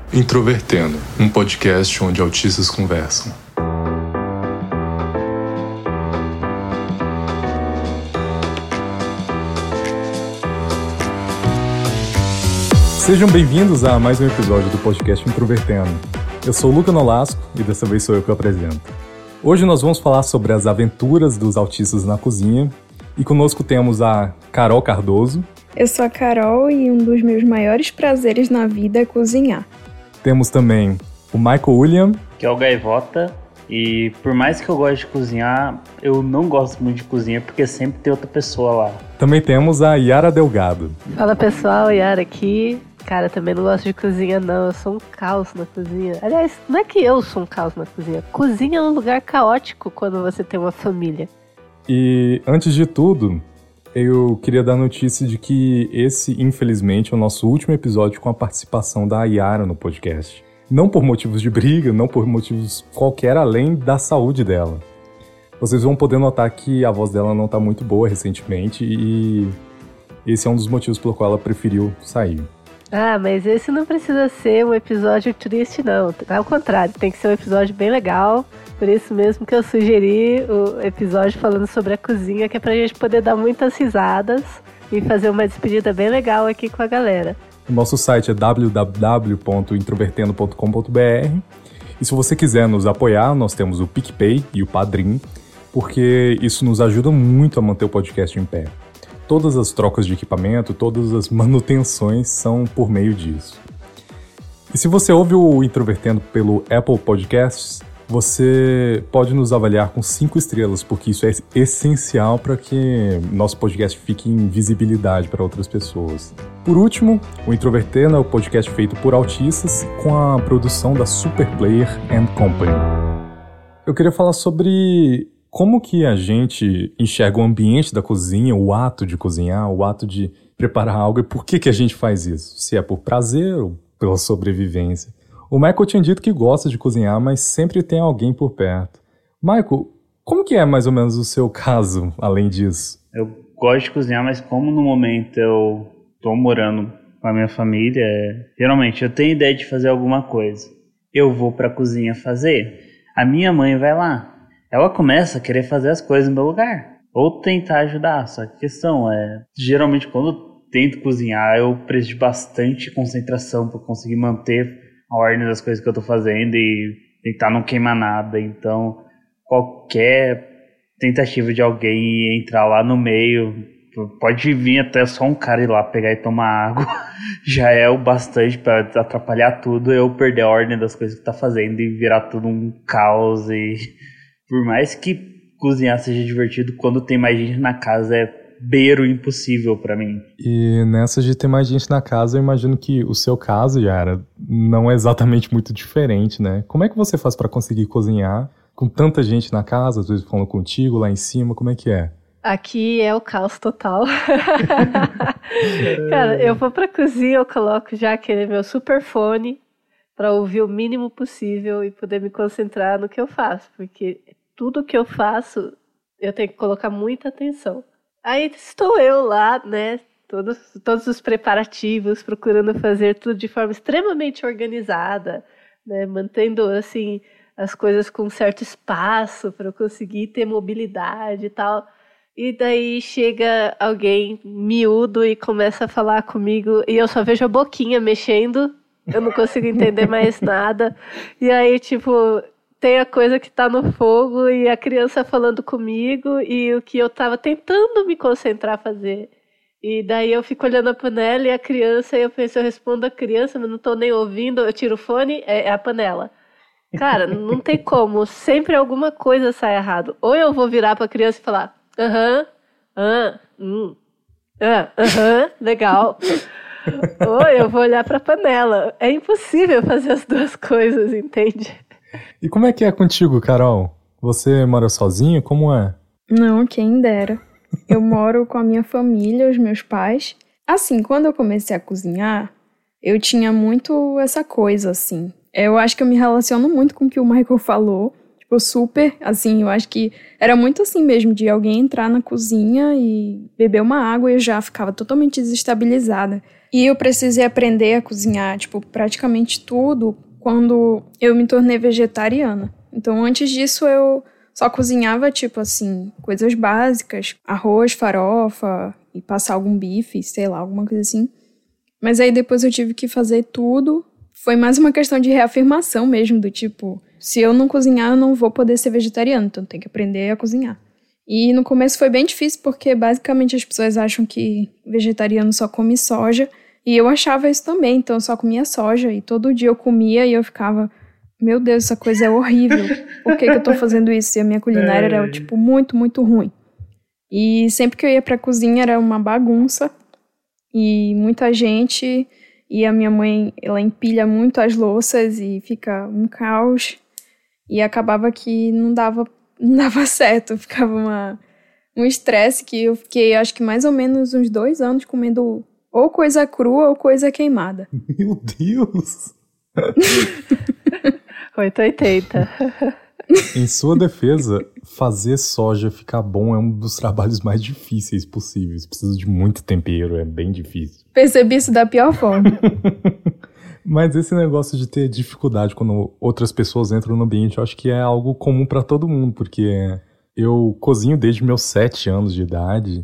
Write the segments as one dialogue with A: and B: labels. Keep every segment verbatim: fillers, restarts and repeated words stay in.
A: Introvertendo, um podcast onde autistas conversam.
B: Sejam bem-vindos a mais um episódio do podcast Introvertendo. Eu sou o Luca Nolasco e dessa vez sou eu que apresento. Hoje nós vamos falar sobre as aventuras dos autistas na cozinha e conosco temos a Carol Cardoso.
C: Eu sou a Carol e um dos meus maiores prazeres na vida é cozinhar.
B: Temos também o Michael William.
D: Que é o Gaivota. E por mais que eu goste de cozinhar, eu não gosto muito de cozinha porque sempre tem outra pessoa lá.
B: Também temos a Yara Delgado.
E: Fala pessoal, Yara aqui. Cara, também não gosto de cozinha não, eu sou um caos na cozinha. Aliás, não é que eu sou um caos na cozinha. Cozinha é um lugar caótico quando você tem uma família.
B: E antes de tudo, eu queria dar notícia de que esse, infelizmente, é o nosso último episódio com a participação da Yara no podcast. Não por motivos de briga, não por motivos qualquer além da saúde dela. Vocês vão poder notar que a voz dela não está muito boa recentemente e esse é um dos motivos pelo qual ela preferiu sair.
E: Ah, mas esse não precisa ser um episódio triste, não. Ao contrário, tem que ser um episódio bem legal. Por isso mesmo que eu sugeri o episódio falando sobre a cozinha, que é pra gente poder dar muitas risadas e fazer uma despedida bem legal aqui com a galera.
B: O nosso site é w w w ponto introvertendo ponto com ponto b r e se você quiser nos apoiar, nós temos o PicPay e o Padrim, porque isso nos ajuda muito a manter o podcast em pé. Todas as trocas de equipamento, todas as manutenções são por meio disso. E se você ouve o Introvertendo pelo Apple Podcasts, você pode nos avaliar com cinco estrelas, porque isso é essencial para que nosso podcast fique em visibilidade para outras pessoas. Por último, o Introvertendo é o podcast feito por autistas com a produção da Superplayer and Company. Eu queria falar sobre como que a gente enxerga o ambiente da cozinha, o ato de cozinhar, o ato de preparar algo e por que que a gente faz isso? Se é por prazer ou pela sobrevivência. O Michael tinha dito que gosta de cozinhar, mas sempre tem alguém por perto. Michael, como que é mais ou menos o seu caso, além disso?
D: Eu gosto de cozinhar, mas como no momento eu tô morando com a minha família, geralmente eu tenho ideia de fazer alguma coisa. Eu vou pra cozinha fazer. A minha mãe vai lá. Ela começa a querer fazer as coisas no meu lugar. Ou tentar ajudar. Só que a questão é, geralmente quando eu tento cozinhar, eu preciso de bastante concentração para conseguir manter a ordem das coisas que eu tô fazendo e tentar não queimar nada. Então, qualquer tentativa de alguém entrar lá no meio, pode vir até só um cara ir lá pegar e tomar água, já é o bastante para atrapalhar tudo, eu perder a ordem das coisas que tá fazendo e virar tudo um caos. E por mais que cozinhar seja divertido, quando tem mais gente na casa é beiro impossível pra mim.
B: E nessa de ter mais gente na casa, eu imagino que o seu caso, Yara, não é exatamente muito diferente, né? Como é que você faz pra conseguir cozinhar com tanta gente na casa, às vezes falando contigo lá em cima, como é que é?
E: Aqui é o caos total. Cara, eu vou pra cozinha, eu coloco já aquele meu super fone pra ouvir o mínimo possível e poder me concentrar no que eu faço, porque tudo que eu faço eu tenho que colocar muita atenção. Aí estou eu lá, né, todos, todos os preparativos, procurando fazer tudo de forma extremamente organizada, né, mantendo, assim, as coisas com certo espaço para eu conseguir ter mobilidade e tal. E daí chega alguém miúdo e começa a falar comigo e eu só vejo a boquinha mexendo, eu não consigo entender mais nada. E aí, tipo, tem a coisa que tá no fogo e a criança falando comigo e o que eu tava tentando me concentrar a fazer. E daí eu fico olhando a panela e a criança, e eu penso, eu respondo a criança, mas não tô nem ouvindo, eu tiro o fone, é a panela. Cara, não tem como, sempre alguma coisa sai errado. Ou eu vou virar pra criança e falar, aham, ah, hum, ah, aham, legal. Ou eu vou olhar pra panela. É impossível fazer as duas coisas, entende?
B: E como é que é contigo, Carol? Você mora sozinha? Como é?
C: Não, quem dera. Eu moro com a minha família, os meus pais. Assim, quando eu comecei a cozinhar, eu tinha muito essa coisa, assim. Eu acho que eu me relaciono muito com o que o Michael falou. Tipo, super, assim, eu acho que era muito assim mesmo, de alguém entrar na cozinha e beber uma água e eu já ficava totalmente desestabilizada. E eu precisei aprender a cozinhar, tipo, praticamente tudo quando eu me tornei vegetariana. Então, antes disso, eu só cozinhava, tipo assim, coisas básicas, arroz, farofa e passar algum bife, sei lá, alguma coisa assim. Mas aí depois eu tive que fazer tudo. Foi mais uma questão de reafirmação mesmo, do tipo, se eu não cozinhar, eu não vou poder ser vegetariano, então tem que aprender a cozinhar. E no começo foi bem difícil, porque basicamente as pessoas acham que vegetariano só come soja, e eu achava isso também, então eu só comia soja, e todo dia eu comia e eu ficava, meu Deus, essa coisa é horrível, por que que eu tô fazendo isso? E a minha culinária era, tipo, muito, muito ruim. E sempre que eu ia pra cozinha era uma bagunça, e muita gente... E a minha mãe, ela empilha muito as louças e fica um caos. E acabava que não dava, não dava certo. Ficava uma, um estresse que eu fiquei, acho que mais ou menos uns dois anos comendo ou coisa crua ou coisa queimada.
B: Meu Deus!
E: oitocentos e oitenta.
B: Em sua defesa, fazer soja ficar bom é um dos trabalhos mais difíceis possíveis. Precisa de muito tempero, é bem difícil.
C: Percebi isso da pior forma.
B: Mas esse negócio de ter dificuldade quando outras pessoas entram no ambiente, eu acho que é algo comum pra todo mundo, porque eu cozinho desde meus sete anos de idade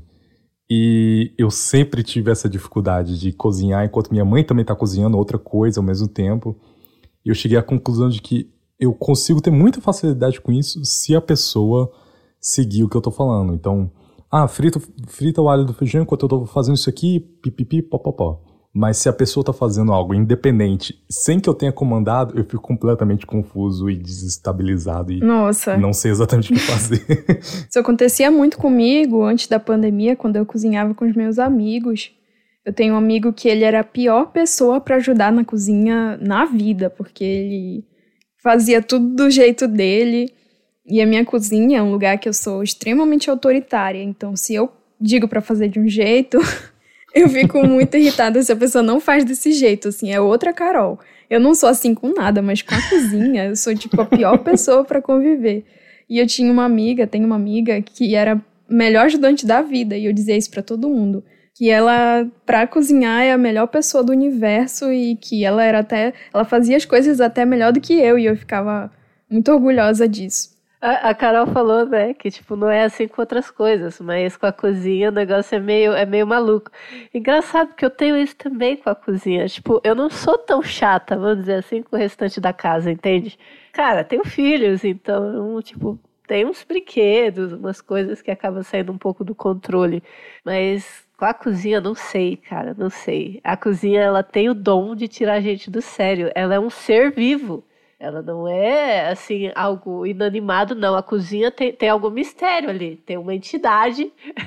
B: e eu sempre tive essa dificuldade de cozinhar enquanto minha mãe também tá cozinhando outra coisa ao mesmo tempo. E eu cheguei à conclusão de que eu consigo ter muita facilidade com isso se a pessoa seguir o que eu tô falando. Então, ah, frita, frita o alho do feijão enquanto eu tô fazendo isso aqui, pipipi, popopó. Mas se a pessoa tá fazendo algo independente, sem que eu tenha comandado, eu fico completamente confuso e desestabilizado e
C: Nossa.
B: não sei exatamente o que fazer.
C: Isso acontecia muito comigo antes da pandemia, quando eu cozinhava com os meus amigos. Eu tenho um amigo que ele era a pior pessoa pra ajudar na cozinha na vida, porque ele fazia tudo do jeito dele. E a minha cozinha é um lugar que eu sou extremamente autoritária. Então, se eu digo pra fazer de um jeito, eu fico muito irritada se a pessoa não faz desse jeito. Assim, é outra Carol. Eu não sou assim com nada, mas com a cozinha, eu sou, tipo, a pior pessoa pra conviver. E eu tinha uma amiga, tenho uma amiga, que era a melhor ajudante da vida. E eu dizia isso pra todo mundo. Que ela, pra cozinhar, é a melhor pessoa do universo e que ela era até... Ela fazia as coisas até melhor do que eu e eu ficava muito orgulhosa disso.
E: A, a Carol falou, né, que tipo, não é assim com outras coisas, mas com a cozinha o negócio é meio, é meio maluco. Engraçado porque eu tenho isso também com a cozinha. Tipo, eu não sou tão chata, vamos dizer assim, com o restante da casa, entende? Cara, tenho filhos, então, tipo... Tem uns brinquedos, umas coisas que acabam saindo um pouco do controle. Mas com a cozinha, não sei, cara, não sei. A cozinha, ela tem o dom de tirar a gente do sério. Ela é um ser vivo. Ela não é, assim, algo inanimado, não. A cozinha tem, tem algum mistério ali. Tem uma entidade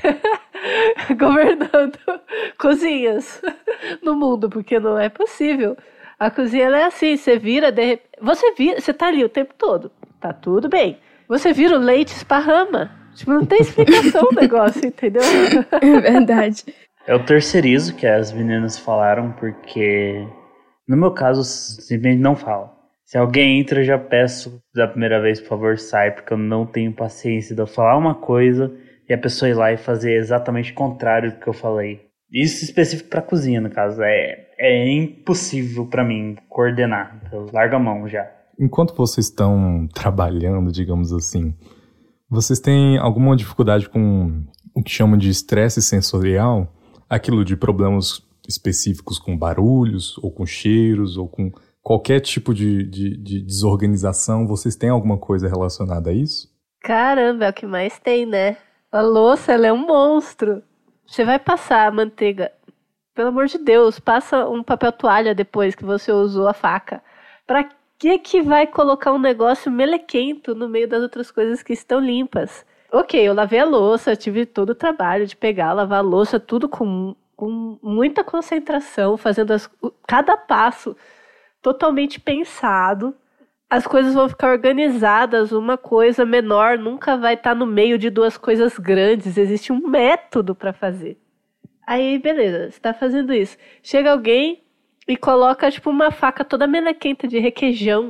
E: governando cozinhas no mundo, porque não é possível. A cozinha, ela é assim, você vira, de repente... Você vira, você tá ali o tempo todo. Tá tudo bem. Você vira o leite, esparrama. Tipo, não tem explicação o negócio, entendeu?
C: É verdade.
D: Eu terceirizo que as meninas falaram, porque no meu caso, simplesmente não falo. Se alguém entra, eu já peço da primeira vez, por favor, sai, porque eu não tenho paciência de eu falar uma coisa e a pessoa ir lá e fazer exatamente o contrário do que eu falei. Isso específico pra cozinha, no caso. É, é impossível pra mim coordenar. Eu largo a mão já.
B: Enquanto vocês estão trabalhando, digamos assim, vocês têm alguma dificuldade com o que chamam de estresse sensorial? Aquilo de problemas específicos com barulhos, ou com cheiros, ou com qualquer tipo de, de, de desorganização. Vocês têm alguma coisa relacionada a isso?
E: Caramba, é o que mais tem, né? A louça, ela é um monstro. Você vai passar a manteiga, pelo amor de Deus, passa um papel toalha depois que você usou a faca. Pra que que vai colocar um negócio melequento no meio das outras coisas que estão limpas? Ok, eu lavei a louça, tive todo o trabalho de pegar, lavar a louça, tudo com, com muita concentração, fazendo as, cada passo totalmente pensado. As coisas vão ficar organizadas, uma coisa menor nunca vai estar no meio de duas coisas grandes, existe um método para fazer. Aí, beleza, você está fazendo isso. Chega alguém e coloca, tipo, uma faca toda melequenta de requeijão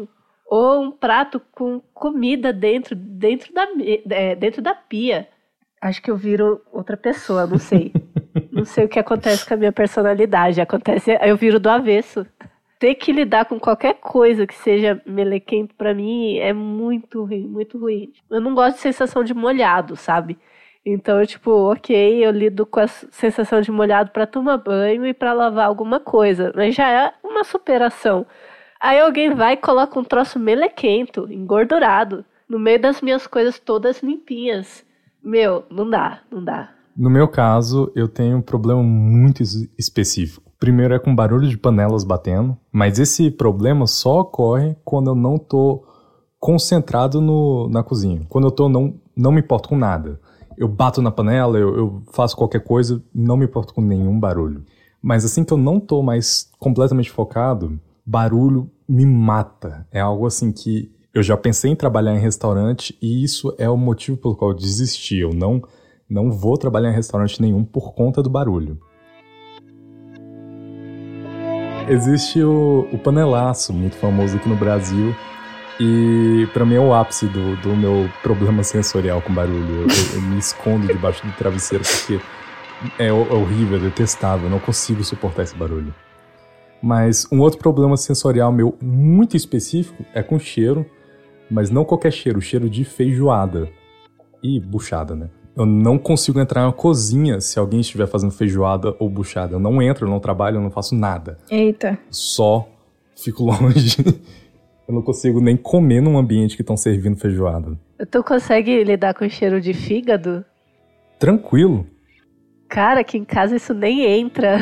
E: Ou um prato com comida dentro, dentro, da, é, dentro da pia. Acho que eu viro outra pessoa, não sei. Não sei o que acontece com a minha personalidade. Acontece, eu viro do avesso. Ter que lidar com qualquer coisa que seja melequento pra mim é muito ruim, muito ruim. Eu não gosto de sensação de molhado, sabe? Então, eu, tipo, ok, eu lido com a sensação de molhado pra tomar banho e pra lavar alguma coisa. Mas já é uma superação. Aí alguém vai e coloca um troço melequento, engordurado, no meio das minhas coisas todas limpinhas. Meu, não dá, não dá.
B: No meu caso, eu tenho um problema muito específico. Primeiro é com barulho de panelas batendo, mas esse problema só ocorre quando eu não tô concentrado no, na cozinha. Quando eu tô, não, não me importo com nada. Eu bato na panela, eu, eu faço qualquer coisa, não me importo com nenhum barulho. Mas assim que eu não tô mais completamente focado, barulho me mata. É algo assim que eu já pensei em trabalhar em restaurante e isso é o motivo pelo qual eu desisti. Eu não, não vou trabalhar em restaurante nenhum por conta do barulho. Existe o, o panelaço, muito famoso aqui no Brasil, e pra mim é o ápice do, do meu problema sensorial com barulho. Eu, eu, eu me escondo debaixo do travesseiro porque é, é horrível, é detestável, eu não consigo suportar esse barulho. Mas um outro problema sensorial meu muito específico é com cheiro, mas não qualquer cheiro, cheiro de feijoada e buchada, né? Eu não consigo entrar na cozinha se alguém estiver fazendo feijoada ou buchada. Eu não entro, eu não trabalho, eu não faço nada.
C: Eita.
B: Só fico longe. Eu não consigo nem comer num ambiente que estão servindo feijoada.
E: Tu consegue lidar com o cheiro de fígado?
B: Tranquilo.
E: Cara, aqui em casa isso nem entra.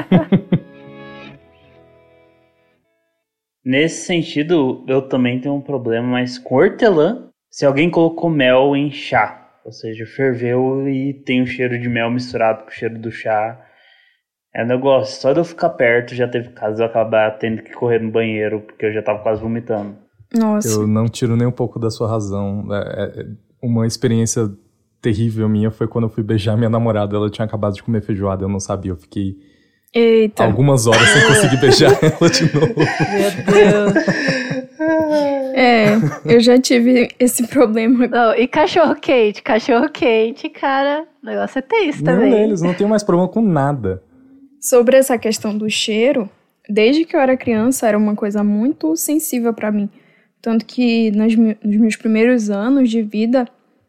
D: Nesse sentido, eu também tenho um problema, mas com hortelã, se alguém colocou mel em chá, ou seja, ferveu e tem o cheiro de mel misturado com o cheiro do chá, é um negócio. Só de eu ficar perto, já teve caso de eu acabar tendo que correr no banheiro, porque eu já tava quase vomitando.
C: Nossa.
B: Eu não tiro nem um pouco da sua razão. É, é, uma experiência terrível minha foi quando eu fui beijar minha namorada. Ela tinha acabado de comer feijoada, eu não sabia. Eu fiquei
C: Eita.
B: algumas horas sem conseguir beijar ela de novo.
E: Meu Deus.
C: É, eu já tive esse problema.
E: Não, e cachorro quente, cachorro quente, cara, o negócio é tenso também.
B: Nenhum deles, não tenho mais problema com nada.
C: Sobre essa questão do cheiro, desde que eu era criança era uma coisa muito sensível pra mim. Tanto que nos, nos meus primeiros anos de vida,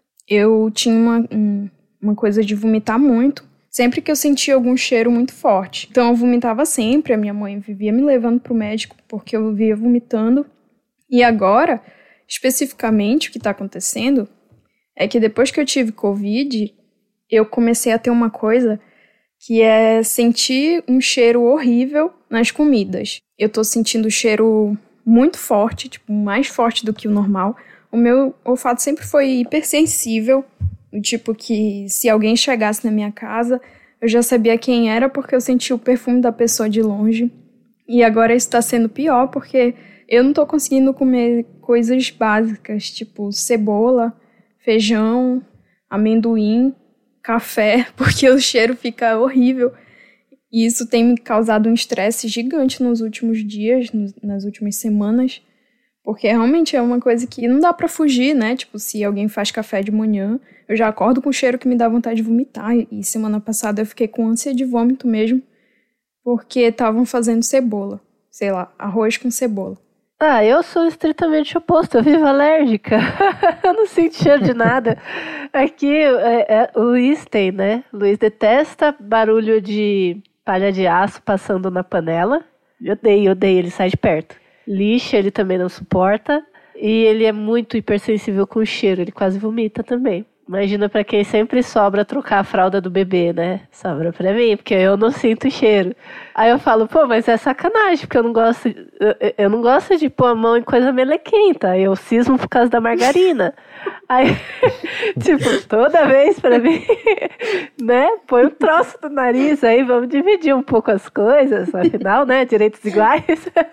C: eu tinha uma, um, uma coisa de vomitar muito. Sempre que eu sentia algum cheiro muito forte. Então eu vomitava sempre, a minha mãe vivia me levando pro médico porque eu vivia vomitando. E agora, especificamente, o que está acontecendo é que depois que eu tive Covid, eu comecei a ter uma coisa que é sentir um cheiro horrível nas comidas. Eu tô sentindo o cheiro muito forte, tipo, mais forte do que o normal. O meu olfato sempre foi hipersensível, do tipo que se alguém chegasse na minha casa, eu já sabia quem era porque eu sentia o perfume da pessoa de longe. E agora isso tá sendo pior porque eu não tô conseguindo comer coisas básicas, tipo cebola, feijão, amendoim, café, porque o cheiro fica horrível. E isso tem me causado um estresse gigante nos últimos dias, nos, nas últimas semanas, porque realmente é uma coisa que não dá pra fugir, né? Tipo, se alguém faz café de manhã, eu já acordo com o cheiro que me dá vontade de vomitar. E semana passada eu fiquei com ânsia de vômito mesmo, porque estavam fazendo cebola. Sei lá, arroz com cebola.
E: Ah, eu sou estritamente oposto, eu vivo alérgica. Eu não sinto cheiro de nada. Aqui, é, é, o Luiz tem, né? O Luiz detesta barulho de palha de aço passando na panela. Eu odeio, eu odeio, ele sai de perto. Lixa, ele também não suporta. E ele é muito hipersensível com o cheiro, ele quase vomita também. Imagina pra quem sempre sobra trocar a fralda do bebê, né? Sobra pra mim, porque eu não sinto cheiro. Aí eu falo, pô, mas é sacanagem, porque eu não gosto, eu, eu não gosto de pôr a mão em coisa melequenta. Eu cismo por causa da margarina. Aí, tipo, toda vez pra mim, né? Põe um troço do nariz aí, vamos dividir um pouco as coisas, afinal, né? Direitos iguais.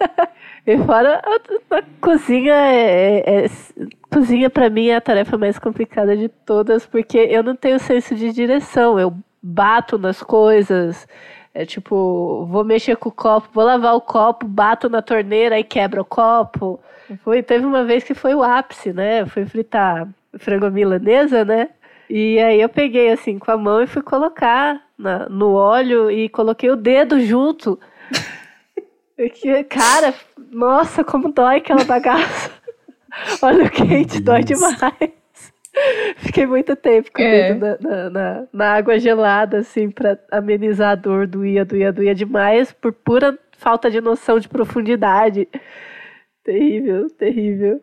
E: E fora, a, a cozinha é, é, é cozinha pra mim é a tarefa mais complicada de todas, porque eu não tenho senso de direção, eu bato nas coisas, É tipo, vou mexer com o copo, vou lavar o copo, bato na torneira e quebra o copo. Foi, teve uma vez que foi o ápice, né? Eu fui fritar frango milanesa, né? E aí eu peguei assim com a mão e fui colocar na, no óleo e coloquei o dedo junto. Que, cara, nossa, como dói aquela bagaça. Óleo quente, dói demais. Fiquei muito tempo com o
C: É.
E: dedo na, na, na, na água gelada, assim, pra amenizar a dor. Doía, doía, doía demais, por pura falta de noção de profundidade. Terrível, terrível.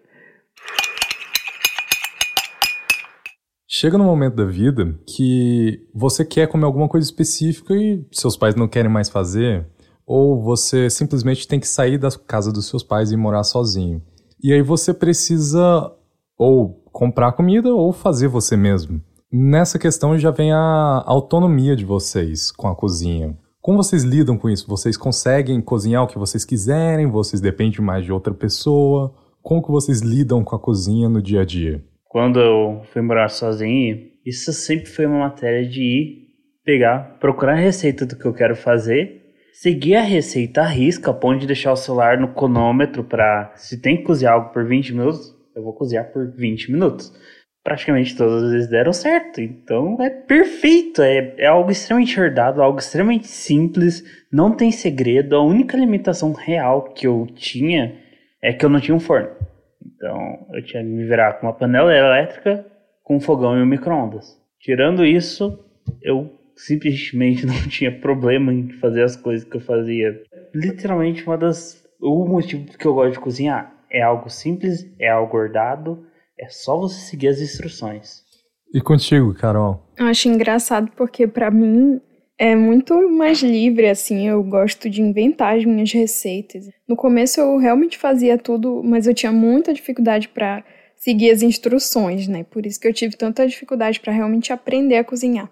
B: Chega num momento da vida que você quer comer alguma coisa específica e seus pais não querem mais fazer, ou você simplesmente tem que sair da casa dos seus pais e morar sozinho. E aí você precisa ou comprar comida ou fazer você mesmo. Nessa questão já vem a autonomia de vocês com a cozinha. Como vocês lidam com isso? Vocês conseguem cozinhar o que vocês quiserem? Vocês dependem mais de outra pessoa? Como que vocês lidam com a cozinha no dia a dia?
D: Quando eu fui morar sozinho, isso sempre foi uma matéria de ir pegar, procurar a receita do que eu quero fazer, seguir a receita à risca, a ponto de deixar o celular no cronômetro para, se tem que cozinhar algo por vinte minutos, eu vou cozinhar por vinte minutos. Praticamente todas as vezes deram certo, então é perfeito, é, é algo extremamente herdado, algo extremamente simples, não tem segredo. A única limitação real que eu tinha é que eu não tinha um forno. Então, eu tinha que me virar com uma panela elétrica, com um fogão e um micro-ondas. Tirando isso, eu simplesmente não tinha problema em fazer as coisas que eu fazia. Literalmente, uma das... o motivo que eu gosto de cozinhar é algo simples, é algo ordenado, é só você seguir as instruções.
B: E contigo, Carol?
C: Eu acho engraçado porque, pra mim, é muito mais livre, assim, eu gosto de inventar as minhas receitas. No começo eu realmente fazia tudo, mas eu tinha muita dificuldade para seguir as instruções, né? Por isso que eu tive tanta dificuldade para realmente aprender a cozinhar.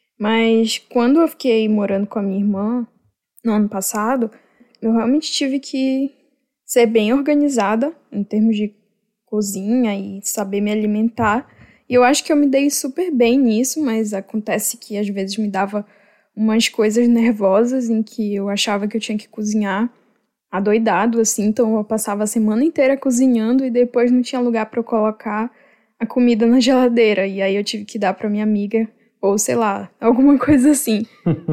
C: Mas quando eu fiquei morando com a minha irmã, no ano passado, eu realmente tive que ser bem organizada em termos de cozinha e saber me alimentar. E eu acho que eu me dei super bem nisso, mas acontece que às vezes me dava umas coisas nervosas em que eu achava que eu tinha que cozinhar adoidado, assim, então eu passava a semana inteira cozinhando e depois não tinha lugar para eu colocar a comida na geladeira, e aí eu tive que dar para minha amiga, ou sei lá, alguma coisa assim.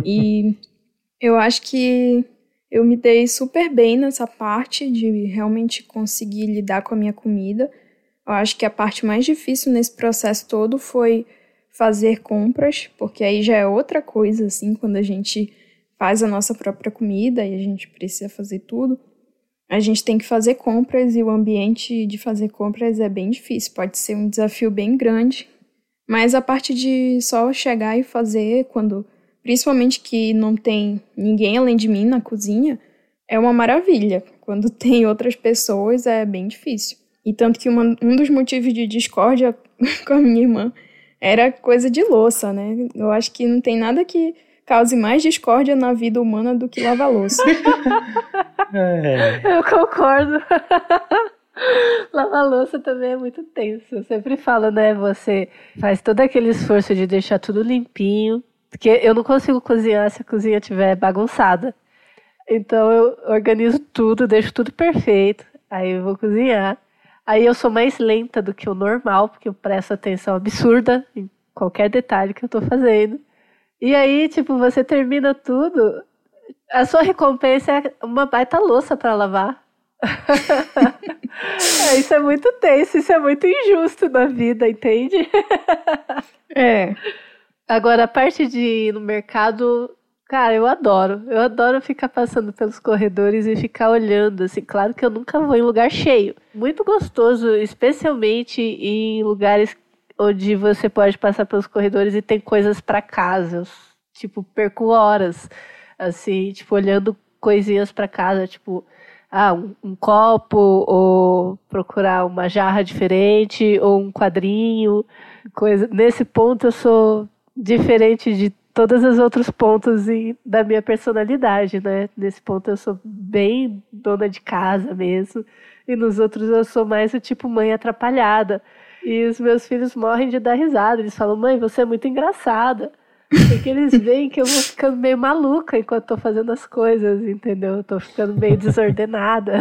C: E eu acho que eu me dei super bem nessa parte de realmente conseguir lidar com a minha comida. Eu acho que a parte mais difícil nesse processo todo foi fazer compras, porque aí já é outra coisa, assim, quando a gente faz a nossa própria comida e a gente precisa fazer tudo. A gente tem que fazer compras e o ambiente de fazer compras é bem difícil, pode ser um desafio bem grande, mas a parte de só chegar e fazer, quando, principalmente que não tem ninguém além de mim na cozinha, é uma maravilha. Quando tem outras pessoas é bem difícil. E tanto que uma, um dos motivos de discórdia com a minha irmã era coisa de louça, né? Eu acho que não tem nada que cause mais discórdia na vida humana do que lavar louça.
E: É. Eu concordo. Lavar louça também é muito tenso. Eu sempre falo, né? Você faz todo aquele esforço de deixar tudo limpinho, porque eu não consigo cozinhar se a cozinha estiver bagunçada. Então eu organizo tudo, deixo tudo perfeito. Aí eu vou cozinhar. Aí eu sou mais lenta do que o normal, porque eu presto atenção absurda em qualquer detalhe que eu tô fazendo. E aí, tipo, você termina tudo, a sua recompensa é uma baita louça pra lavar. É, isso é muito tenso, isso é muito injusto na vida, entende?
C: É.
E: Agora, a parte de ir no mercado, cara, eu adoro. Eu adoro ficar passando pelos corredores e ficar olhando, assim. Claro que eu nunca vou em lugar cheio. Muito gostoso, especialmente em lugares onde você pode passar pelos corredores e tem coisas pra casa. Eu, tipo, perco horas, assim, tipo, olhando coisinhas pra casa, tipo, ah, um, um copo, ou procurar uma jarra diferente, ou um quadrinho, coisa. Nesse ponto eu sou diferente de todos os outros pontos em, da minha personalidade, né? Nesse ponto eu sou bem dona de casa mesmo, e nos outros eu sou mais o tipo mãe atrapalhada. E os meus filhos morrem de dar risada, eles falam, mãe, você é muito engraçada. Porque eles veem que eu vou ficando meio maluca enquanto tô fazendo as coisas, entendeu? Eu tô ficando meio desordenada.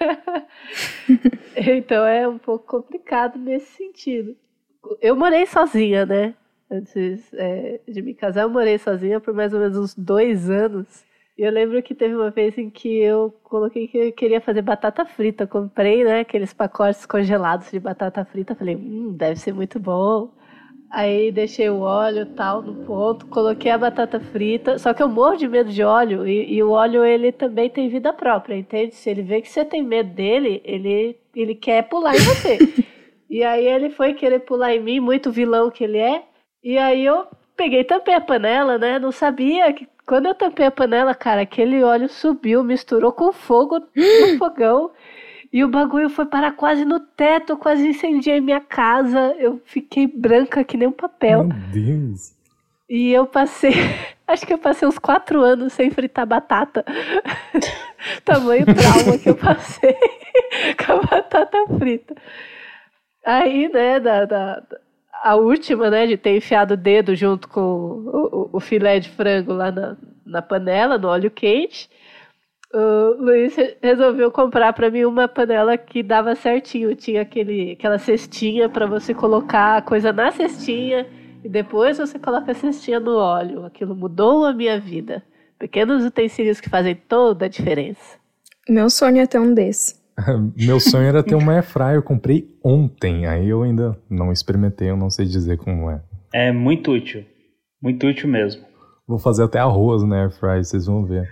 E: Então é um pouco complicado nesse sentido. Eu morei sozinha, né? Antes é, de me casar, eu morei sozinha por mais ou menos uns dois anos. E eu lembro que teve uma vez em que eu coloquei que eu queria fazer batata frita. Comprei, né, aqueles pacotes congelados de batata frita. Falei, hum, deve ser muito bom. Aí deixei o óleo e tal no ponto, coloquei a batata frita, só que eu morro de medo de óleo, e, e o óleo ele também tem vida própria, entende? Se ele vê que você tem medo dele, ele, ele quer pular em você. E aí ele foi querer pular em mim, muito vilão que ele é, e aí eu peguei e tampei a panela, né? Não sabia que quando eu tampei a panela, cara, aquele óleo subiu, misturou com fogo no fogão. E o bagulho foi parar quase no teto, eu quase incendiei minha casa. Eu fiquei branca que nem um papel.
B: Meu Deus.
E: E eu passei, acho que eu passei uns quatro anos sem fritar batata. Tamanho trauma que eu passei com a batata frita. Aí, né, da, da, a última, né, de ter enfiado o dedo junto com o, o, o filé de frango lá na, na panela, no óleo quente. O Luiz resolveu comprar pra mim uma panela que dava certinho. Tinha aquele, aquela cestinha pra você colocar a coisa na cestinha e depois você coloca a cestinha no óleo. Aquilo mudou a minha vida. Pequenos utensílios que fazem toda a diferença.
C: Meu sonho é ter um desse.
B: Meu sonho era ter uma airfryer. Eu comprei ontem. Aí eu ainda não experimentei, eu não sei dizer como é.
D: É muito útil. Muito útil mesmo.
B: Vou fazer até arroz na airfryer, vocês vão ver.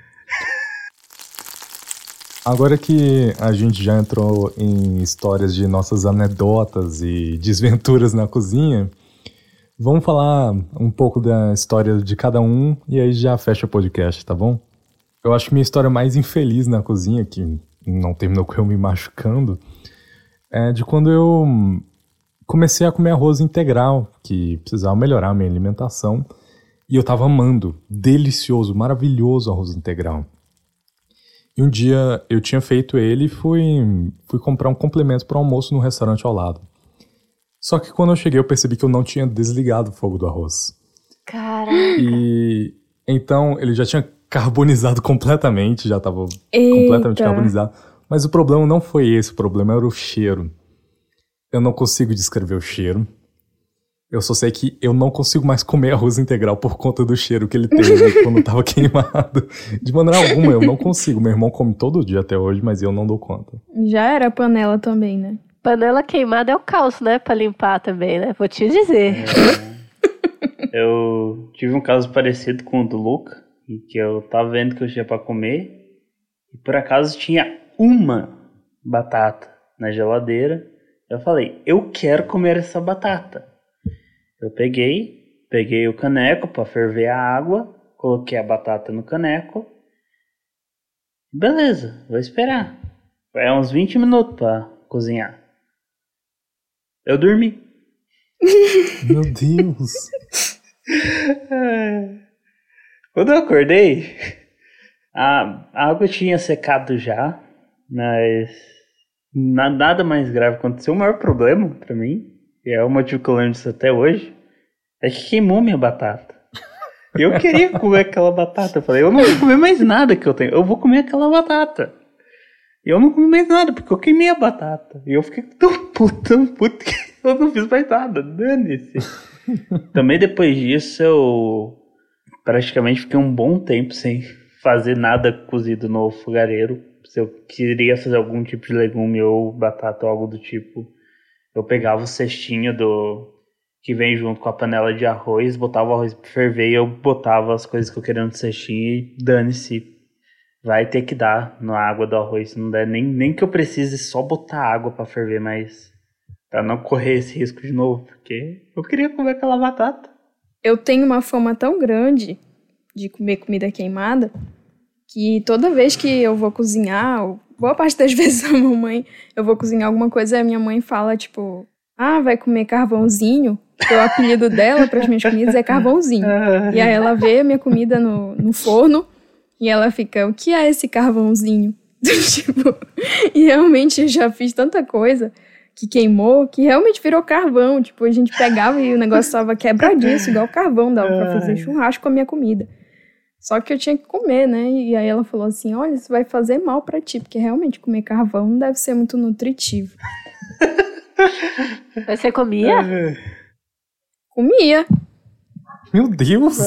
B: Agora que a gente já entrou em histórias de nossas anedotas e desventuras na cozinha, vamos falar um pouco da história de cada um e aí já fecha o podcast, tá bom? Eu acho que minha história mais infeliz na cozinha, que não terminou com eu me machucando, é de quando eu comecei a comer arroz integral, que precisava melhorar a minha alimentação, e eu tava amando, delicioso, maravilhoso arroz integral. E um dia eu tinha feito ele e fui, fui comprar um complemento para o almoço no restaurante ao lado. Só que quando eu cheguei eu percebi que eu não tinha desligado o fogo do arroz.
E: Caraca!
B: E então ele já tinha carbonizado completamente, já estava
C: Eita.
B: completamente carbonizado. Mas o problema não foi esse, o problema era o cheiro. Eu não consigo descrever o cheiro. Eu só sei que eu não consigo mais comer arroz integral por conta do cheiro que ele teve quando tava queimado. De maneira alguma, eu não consigo. Meu irmão come todo dia até hoje, mas eu não dou conta.
C: Já era a panela também, né?
E: Panela queimada é o caos, né? Pra limpar também, né? Vou te dizer.
D: É, eu tive um caso parecido com o do Luca, em que eu tava vendo que eu tinha pra comer, e por acaso tinha uma batata na geladeira. Eu falei, eu quero comer essa batata. Eu peguei, peguei o caneco para ferver a água, coloquei a batata no caneco. Beleza, vou esperar. É uns vinte minutos para cozinhar. Eu dormi.
B: Meu Deus!
D: Quando eu acordei, a, a água tinha secado já, mas nada mais grave aconteceu. O maior problema para mim, e é o motivo que eu lembro disso até hoje, é que queimou minha batata. Eu queria comer aquela batata. Eu falei, eu não vou comer mais nada que eu tenho. Eu vou comer aquela batata. E eu não comi mais nada, porque eu queimei a batata. E eu fiquei tão puto, tão puto, que eu não fiz mais nada. Dane-se. Também depois disso, eu praticamente fiquei um bom tempo sem fazer nada cozido no fogareiro. Se eu queria fazer algum tipo de legume ou batata ou algo do tipo, eu pegava o cestinho do que vem junto com a panela de arroz, botava o arroz pra ferver e eu botava as coisas que eu queria no cestinho e dane-se. Vai ter que dar na água do arroz, se não der nem, nem que eu precise só botar água pra ferver, mas pra não correr esse risco de novo, porque eu queria comer aquela batata.
C: Eu tenho uma fama tão grande de comer comida queimada que toda vez que eu vou cozinhar, ou boa parte das vezes a mamãe, eu vou cozinhar alguma coisa e a minha mãe fala, tipo, ah, vai comer carvãozinho? Porque o apelido dela para as minhas comidas é carvãozinho. E aí ela vê a minha comida no, no forno e ela fica, o que é esse carvãozinho? Tipo, e realmente eu já fiz tanta coisa que queimou, que realmente virou carvão. Tipo, a gente pegava e o negócio tava quebradiço, igual carvão, dava pra fazer churrasco com a minha comida. Só que eu tinha que comer, né? E aí ela falou assim, olha, isso vai fazer mal pra ti, porque realmente comer carvão não deve ser muito nutritivo.
E: Mas você comia?
C: Comia.
B: Meu Deus!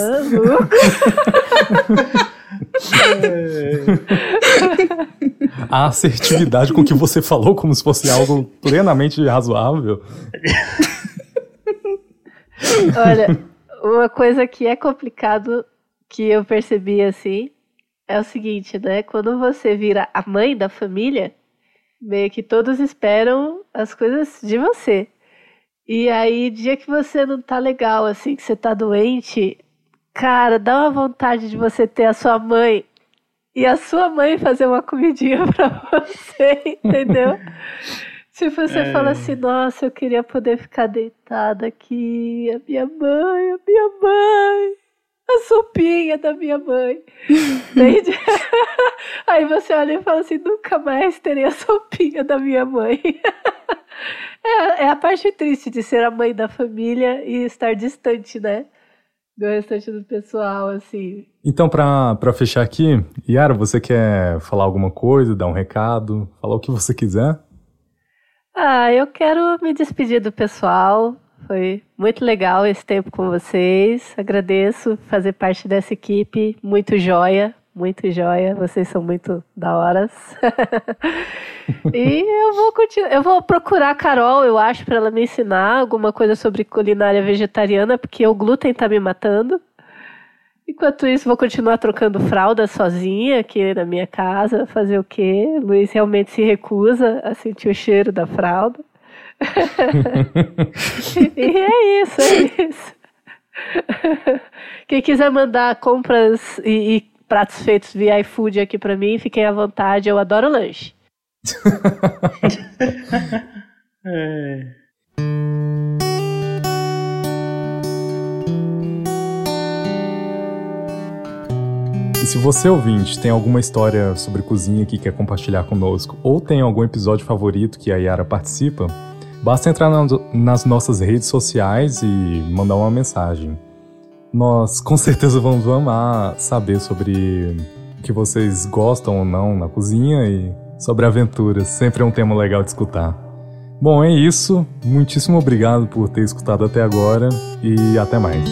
B: A assertividade com que você falou como se fosse algo plenamente razoável.
E: Olha, uma coisa que é complicado que eu percebi assim é o seguinte, né? Quando você vira a mãe da família, meio que todos esperam as coisas de você. E aí, dia que você não tá legal, assim, que você tá doente, cara, dá uma vontade de você ter a sua mãe e a sua mãe fazer uma comidinha pra você, entendeu? Tipo, você é. fala assim, nossa, eu queria poder ficar deitada aqui, a minha mãe, a minha mãe, a sopinha da minha mãe. Entende? Aí você olha e fala assim, nunca mais terei a sopinha da minha mãe. É, é a parte triste de ser a mãe da família e estar distante, né? Do restante do pessoal, assim.
B: Então, pra, pra fechar aqui, Yara, você quer falar alguma coisa, dar um recado, falar o que você quiser?
E: Ah, eu quero me despedir do pessoal. Foi muito legal esse tempo com vocês. Agradeço fazer parte dessa equipe. Muito joia, muito joia. Vocês são muito da horas. E eu vou continuar. Eu vou procurar a Carol, eu acho, para ela me ensinar alguma coisa sobre culinária vegetariana, porque o glúten tá me matando. Enquanto isso, vou continuar trocando fralda sozinha aqui na minha casa. Fazer o quê? O Luiz realmente se recusa a sentir o cheiro da fralda. E é isso, é isso. Quem quiser mandar compras e, e pratos feitos via iFood aqui pra mim, fiquem à vontade, eu adoro lanche.
B: é. E se você, ouvinte, tem alguma história sobre cozinha que quer compartilhar conosco, ou tem algum episódio favorito que a Yara participa, basta entrar nas nossas redes sociais e mandar uma mensagem. Nós com certeza vamos amar saber sobre o que vocês gostam ou não na cozinha e sobre aventuras. Sempre é um tema legal de escutar. Bom, é isso. Muitíssimo obrigado por ter escutado até agora e até mais.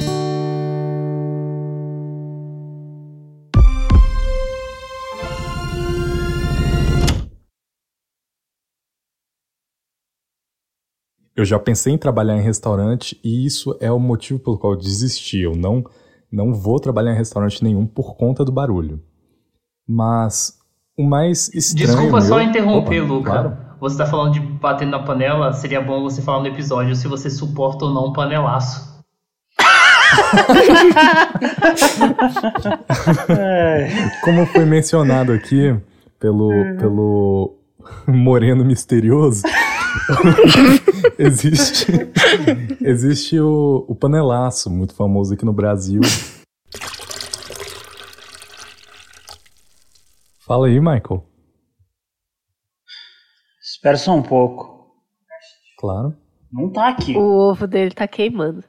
B: Eu já pensei em trabalhar em restaurante e isso é o motivo pelo qual eu desisti. Eu não, não vou trabalhar em restaurante nenhum por conta do barulho. Mas o mais estranho...
F: Desculpa
B: meu...
F: só interromper,
B: Opa,
F: Luca.
B: claro.
F: Você tá falando de bater na panela, seria bom você falar no episódio se você suporta ou não um panelaço.
B: Como foi mencionado aqui pelo, pelo Moreno Misterioso... existe existe o, o panelaço, muito famoso aqui no Brasil. Fala aí, Michael.
D: Espera só um pouco.
B: Claro.
D: Não tá aqui.
E: O ovo dele tá queimando.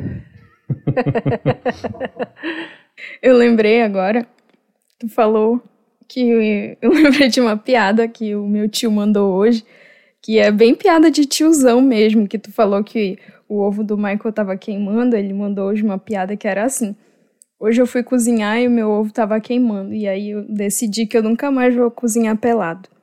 C: Eu lembrei agora, tu falou que eu lembrei de uma piada que o meu tio mandou hoje, que é bem piada de tiozão mesmo, que tu falou que o ovo do Michael tava queimando, ele mandou hoje uma piada que era assim: hoje eu fui cozinhar e o meu ovo tava queimando, e aí eu decidi que eu nunca mais vou cozinhar pelado.